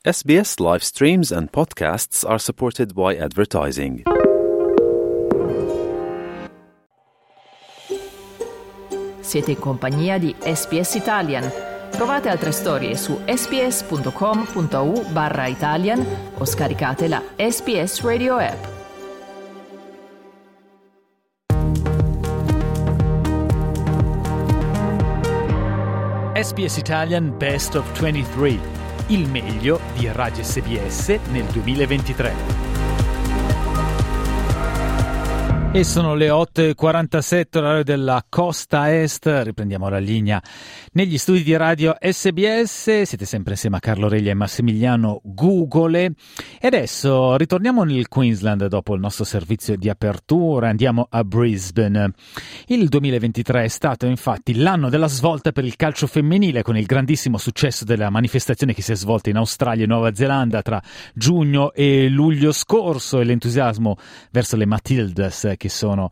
SBS live streams and podcasts are supported by advertising. Siete in compagnia di SBS Italian. Trovate altre storie su sbs.com.au/Italian o scaricate la SBS Radio app. SBS Italian Best of 23, il meglio di Radio SBS nel 2023. E sono le 8.47 orario della costa est, riprendiamo la linea negli studi di Radio SBS, siete sempre insieme a Carlo Reglia e Massimiliano Gugole e adesso ritorniamo nel Queensland dopo il nostro servizio di apertura, andiamo a Brisbane. Il 2023 è stato infatti l'anno della svolta per il calcio femminile con il grandissimo successo della manifestazione che si è svolta in Australia e Nuova Zelanda tra giugno e luglio scorso e l'entusiasmo verso le Matildas che sono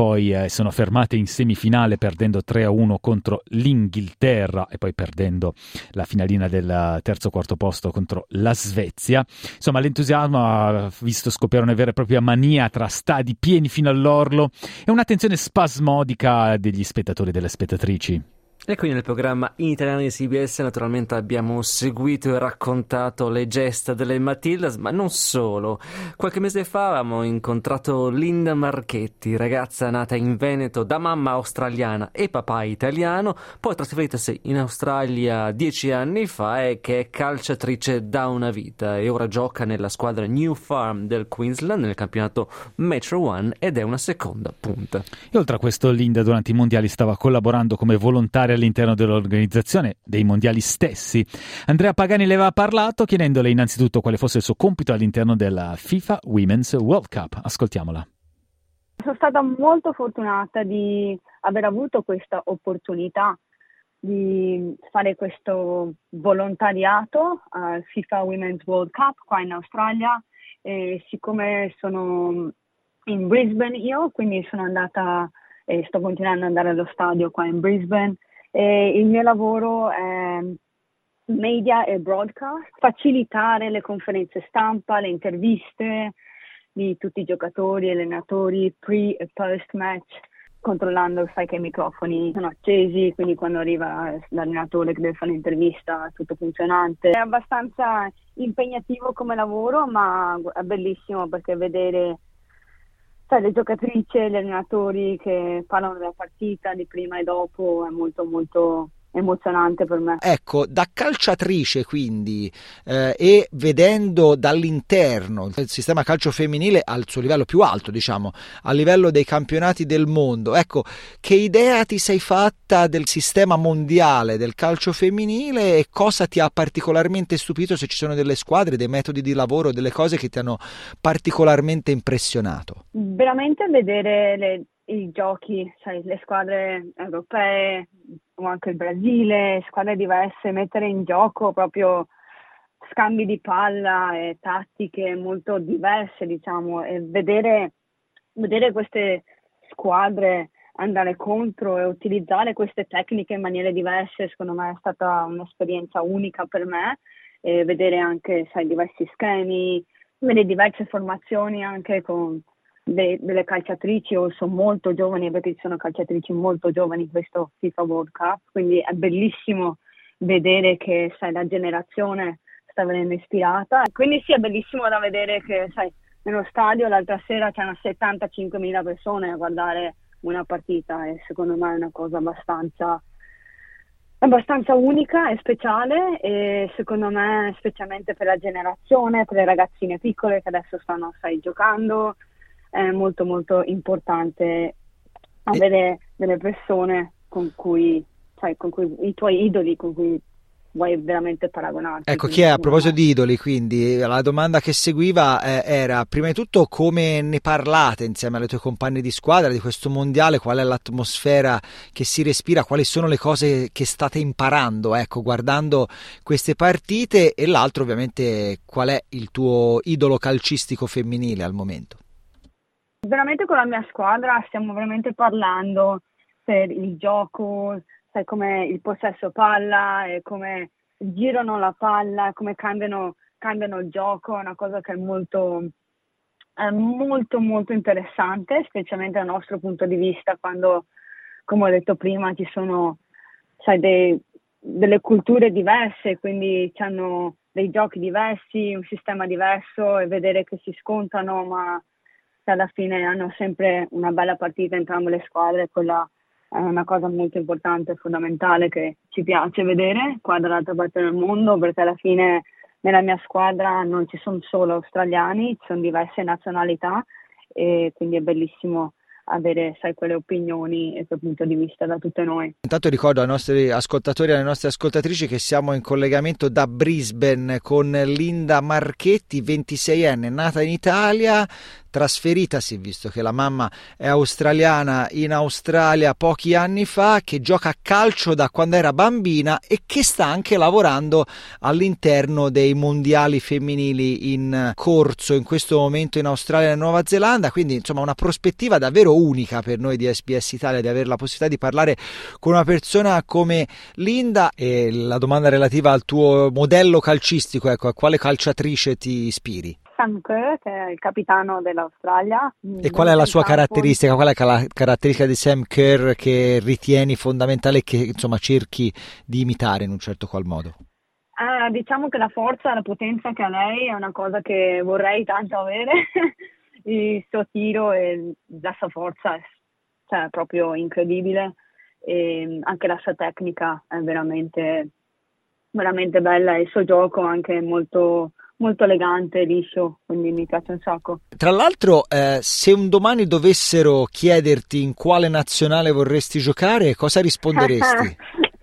fermate in semifinale perdendo 3-1 contro l'Inghilterra e poi perdendo la finalina del terzo-quarto posto contro la Svezia. Insomma, l'entusiasmo ha visto scoppiare una vera e propria mania tra stadi pieni fino all'orlo e un'attenzione spasmodica degli spettatori e delle spettatrici. E qui nel programma in italiano di CBS naturalmente abbiamo seguito e raccontato le gesta delle Matildas, ma non solo. Qualche mese fa avevamo incontrato Linda Marchetti, ragazza nata in Veneto da mamma australiana e papà italiano, poi trasferitasi in Australia 10 anni fa e che è calciatrice da una vita e ora gioca nella squadra New Farm del Queensland nel campionato Metro One ed è una seconda punta. E oltre a questo Linda durante i mondiali stava collaborando come volontaria all'interno dell'organizzazione dei mondiali stessi. Andrea Pagani le aveva parlato chiedendole innanzitutto quale fosse il suo compito all'interno della FIFA Women's World Cup. Ascoltiamola. Sono stata molto fortunata di aver avuto questa opportunità di fare questo volontariato al FIFA Women's World Cup qua in Australia e siccome sono in Brisbane io, quindi sono andata e sto continuando ad andare allo stadio qua in Brisbane. E il mio lavoro è media e broadcast, facilitare le conferenze stampa, le interviste di tutti i giocatori e allenatori pre e post match, controllando che i microfoni sono accesi, quindi quando arriva l'allenatore che deve fare l'intervista tutto funzionante. È abbastanza impegnativo come lavoro, ma è bellissimo perché vedere le giocatrici e gli allenatori che parlano della partita di prima e dopo è molto molto emozionante per me. Ecco, da calciatrice quindi e vedendo dall'interno il sistema calcio femminile al suo livello più alto, diciamo, a livello dei campionati del mondo, ecco, che idea ti sei fatta del sistema mondiale del calcio femminile e cosa ti ha particolarmente stupito, se ci sono delle squadre, dei metodi di lavoro, delle cose che ti hanno particolarmente impressionato? Veramente vedere i giochi, le squadre europee o anche il Brasile, squadre diverse, mettere in gioco proprio scambi di palla e tattiche molto diverse, diciamo, e vedere queste squadre andare contro e utilizzare queste tecniche in maniere diverse, secondo me è stata un'esperienza unica per me, e vedere anche, diversi schemi, vedere diverse formazioni anche con delle calciatrici o sono molto giovani perché ci sono calciatrici molto giovani in questo FIFA World Cup, quindi è bellissimo vedere che la generazione sta venendo ispirata, quindi sì, è bellissimo da vedere che nello stadio l'altra sera c'erano 75.000 persone a guardare una partita e secondo me è una cosa abbastanza unica e speciale e secondo me specialmente per la generazione, per le ragazzine piccole che adesso stanno giocando. È molto molto importante avere delle persone con cui i tuoi idoli, con cui vuoi veramente paragonarti. Ecco, a proposito di idoli, quindi la domanda che seguiva era prima di tutto come ne parlate insieme alle tue compagne di squadra di questo mondiale, qual è l'atmosfera che si respira, quali sono le cose che state imparando, guardando queste partite, e l'altro ovviamente qual è il tuo idolo calcistico femminile al momento? Veramente con la mia squadra stiamo veramente parlando per il gioco, come il possesso palla e come girano la palla, come cambiano cambiano il gioco, è una cosa che è molto molto interessante, specialmente dal nostro punto di vista, quando, come ho detto prima, ci sono, sai, delle culture diverse, quindi hanno dei giochi diversi, un sistema diverso, e vedere che si scontrano, ma che alla fine hanno sempre una bella partita entrambe le squadre. Quella è una cosa molto importante e fondamentale che ci piace vedere qua dall'altra parte del mondo, perché alla fine nella mia squadra non ci sono solo australiani, ci sono diverse nazionalità, e quindi è bellissimo avere, sai, quelle opinioni e quel punto di vista da tutte noi. Intanto ricordo ai nostri ascoltatori e alle nostre ascoltatrici che siamo in collegamento da Brisbane con Linda Marchetti, 26enne, nata in Italia, trasferitasi, visto che la mamma è australiana, in Australia pochi anni fa, che gioca a calcio da quando era bambina e che sta anche lavorando all'interno dei mondiali femminili in corso in questo momento in Australia e Nuova Zelanda. Quindi insomma una prospettiva davvero unica per noi di SBS Italia, di avere la possibilità di parlare con una persona come Linda. E la domanda relativa al tuo modello calcistico, ecco, a quale calciatrice ti ispiri? Sam Kerr, che è il capitano dell'Australia. E qual è la sua caratteristica? Qual è la caratteristica di Sam Kerr che ritieni fondamentale e che insomma cerchi di imitare in un certo qual modo? Diciamo che la forza e la potenza che ha lei è una cosa che vorrei tanto avere. Il suo tiro e la sua forza è proprio incredibile, e anche la sua tecnica è veramente, veramente bella, e il suo gioco anche molto molto elegante, liscio, quindi mi piace un sacco. Tra l'altro, se un domani dovessero chiederti in quale nazionale vorresti giocare, cosa risponderesti?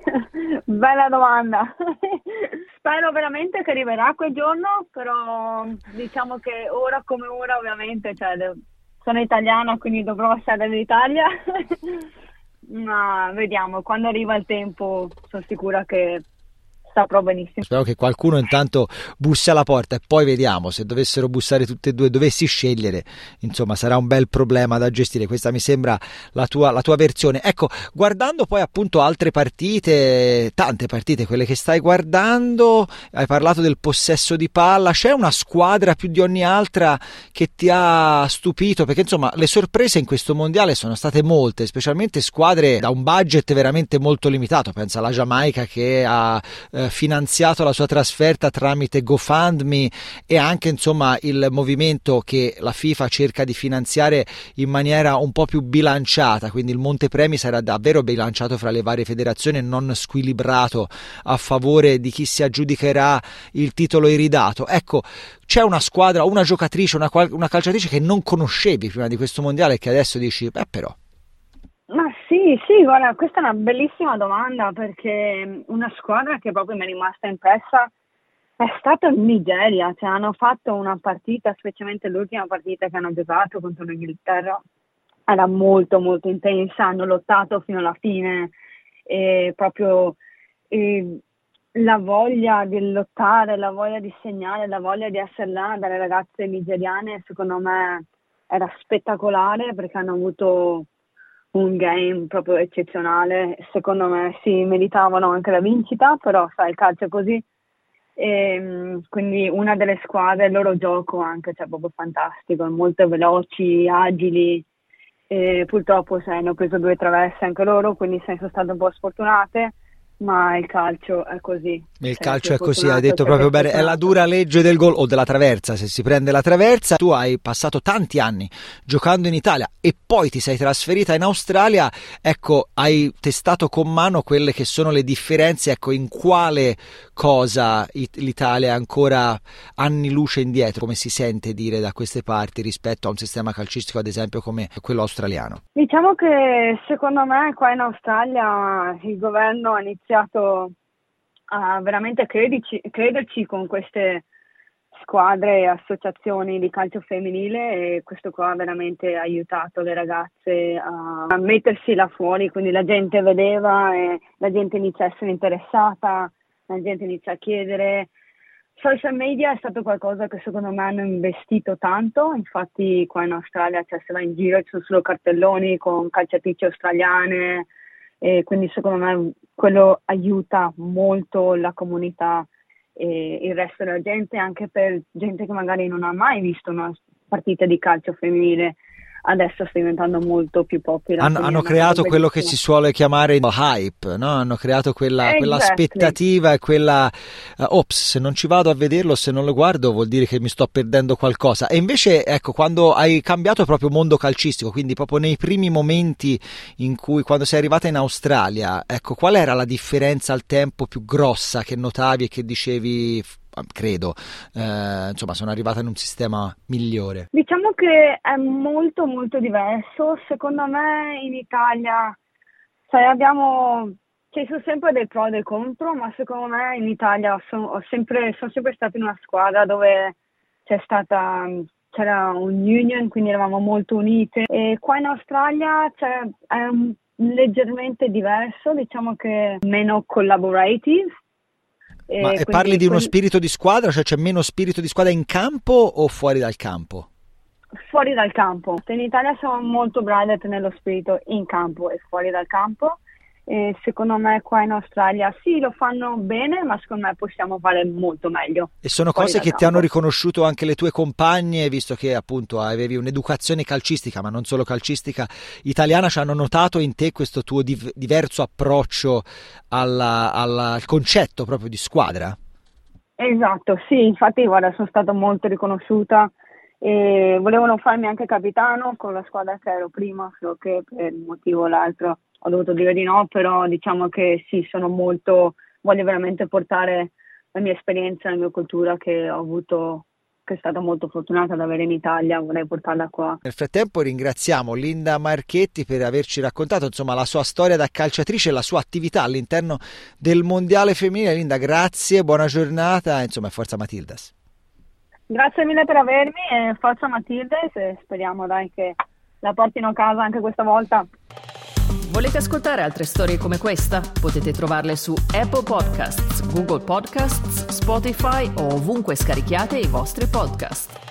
Bella domanda. Spero veramente che arriverà quel giorno, però diciamo che ora come ora ovviamente, sono italiana, quindi dovrò stare dall'Italia. Ma vediamo, quando arriva il tempo sono sicura che saprò benissimo. Spero che qualcuno intanto bussi alla porta, e poi vediamo, se dovessero bussare tutte e due, dovessi scegliere, insomma sarà un bel problema da gestire. Questa mi sembra la tua versione. Ecco, guardando poi appunto altre partite, tante partite, quelle che stai guardando, hai parlato del possesso di palla, c'è una squadra più di ogni altra che ti ha stupito? Perché insomma le sorprese in questo mondiale sono state molte, specialmente squadre da un budget veramente molto limitato. Pensa alla Giamaica, che ha finanziato la sua trasferta tramite GoFundMe, e anche insomma il movimento che la FIFA cerca di finanziare in maniera un po' più bilanciata, quindi il montepremi sarà davvero bilanciato fra le varie federazioni e non squilibrato a favore di chi si aggiudicherà il titolo iridato. Ecco, c'è una squadra, una giocatrice, una calciatrice che non conoscevi prima di questo mondiale e che adesso dici, però... Ma sì, guarda, questa è una bellissima domanda, perché una squadra che proprio mi è rimasta impressa è stata il Nigeria. Hanno fatto una partita, specialmente l'ultima partita che hanno giocato contro l'Inghilterra, era molto molto intensa, hanno lottato fino alla fine, e proprio la voglia di lottare, la voglia di segnare, la voglia di essere là dalle ragazze nigeriane, secondo me era spettacolare, perché hanno avuto un game proprio eccezionale. Secondo me si meritavano anche la vincita, però sai, il calcio è così. Quindi una delle squadre, il loro gioco anche, proprio fantastico, molto veloci, agili, e purtroppo hanno preso 2 traverse anche loro, quindi sono state un po' sfortunate, ma il calcio è così. Il calcio è così, hai detto proprio bene, è la dura legge del gol o della traversa. Se si prende la traversa, tu hai passato tanti anni giocando in Italia e poi ti sei trasferita in Australia, ecco, hai testato con mano quelle che sono le differenze, ecco, in quale cosa l'Italia è ancora anni luce indietro, come si sente dire da queste parti, rispetto a un sistema calcistico ad esempio come quello australiano? Diciamo che secondo me qua in Australia il governo ha iniziato a veramente crederci con queste squadre e associazioni di calcio femminile, e questo qua ha veramente aiutato le ragazze a mettersi là fuori, quindi la gente vedeva e la gente inizia a essere interessata, la gente inizia a chiedere. Social media è stato qualcosa che secondo me hanno investito tanto, infatti qua in Australia se va in giro ci sono solo cartelloni con calciatrici australiane, e quindi secondo me quello aiuta molto la comunità e il resto della gente, anche per gente che magari non ha mai visto una partita di calcio femminile. Adesso sta diventando molto più popolare. Hanno creato quello che si suole chiamare hype, no? Hanno creato quell'aspettativa e quella ops, se non ci vado a vederlo, se non lo guardo vuol dire che mi sto perdendo qualcosa. E invece, ecco, quando hai cambiato proprio mondo calcistico, quindi proprio nei primi momenti in cui, quando sei arrivata in Australia, ecco, qual era la differenza al tempo più grossa che notavi e che dicevi, credo, insomma, sono arrivata in un sistema migliore? Diciamo che è molto diverso. Secondo me in Italia ci sono sempre dei pro e dei contro, ma secondo me in Italia sono sempre stata in una squadra dove c'era un union, quindi eravamo molto unite, e qua in Australia è leggermente diverso, diciamo che meno collaborative. Ma parli di uno spirito di squadra, cioè c'è meno spirito di squadra in campo o fuori dal campo? Fuori dal campo. In Italia siamo molto bravi a tenere lo spirito in campo e fuori dal campo, e secondo me qua in Australia sì, lo fanno bene, ma secondo me possiamo fare molto meglio. E sono cose che ti hanno riconosciuto anche le tue compagne, visto che appunto avevi un'educazione calcistica, ma non solo calcistica, italiana, ci hanno notato in te questo tuo diverso approccio al concetto proprio di squadra? Esatto, sì, infatti guarda, sono stata molto riconosciuta e volevano farmi anche capitano con la squadra che ero prima, solo che per un motivo o l'altro ho dovuto dire di no, però diciamo che sì, voglio veramente portare la mia esperienza, la mia cultura che ho avuto, che è stata molto fortunata ad avere in Italia, vorrei portarla qua. Nel frattempo ringraziamo Linda Marchetti per averci raccontato insomma la sua storia da calciatrice e la sua attività all'interno del mondiale femminile. Linda, grazie, buona giornata, insomma, forza Matildas. Grazie mille per avermi e forza Matildas, e speriamo che la portino a casa anche questa volta. Volete ascoltare altre storie come questa? Potete trovarle su Apple Podcasts, Google Podcasts, Spotify o ovunque scarichiate i vostri podcast.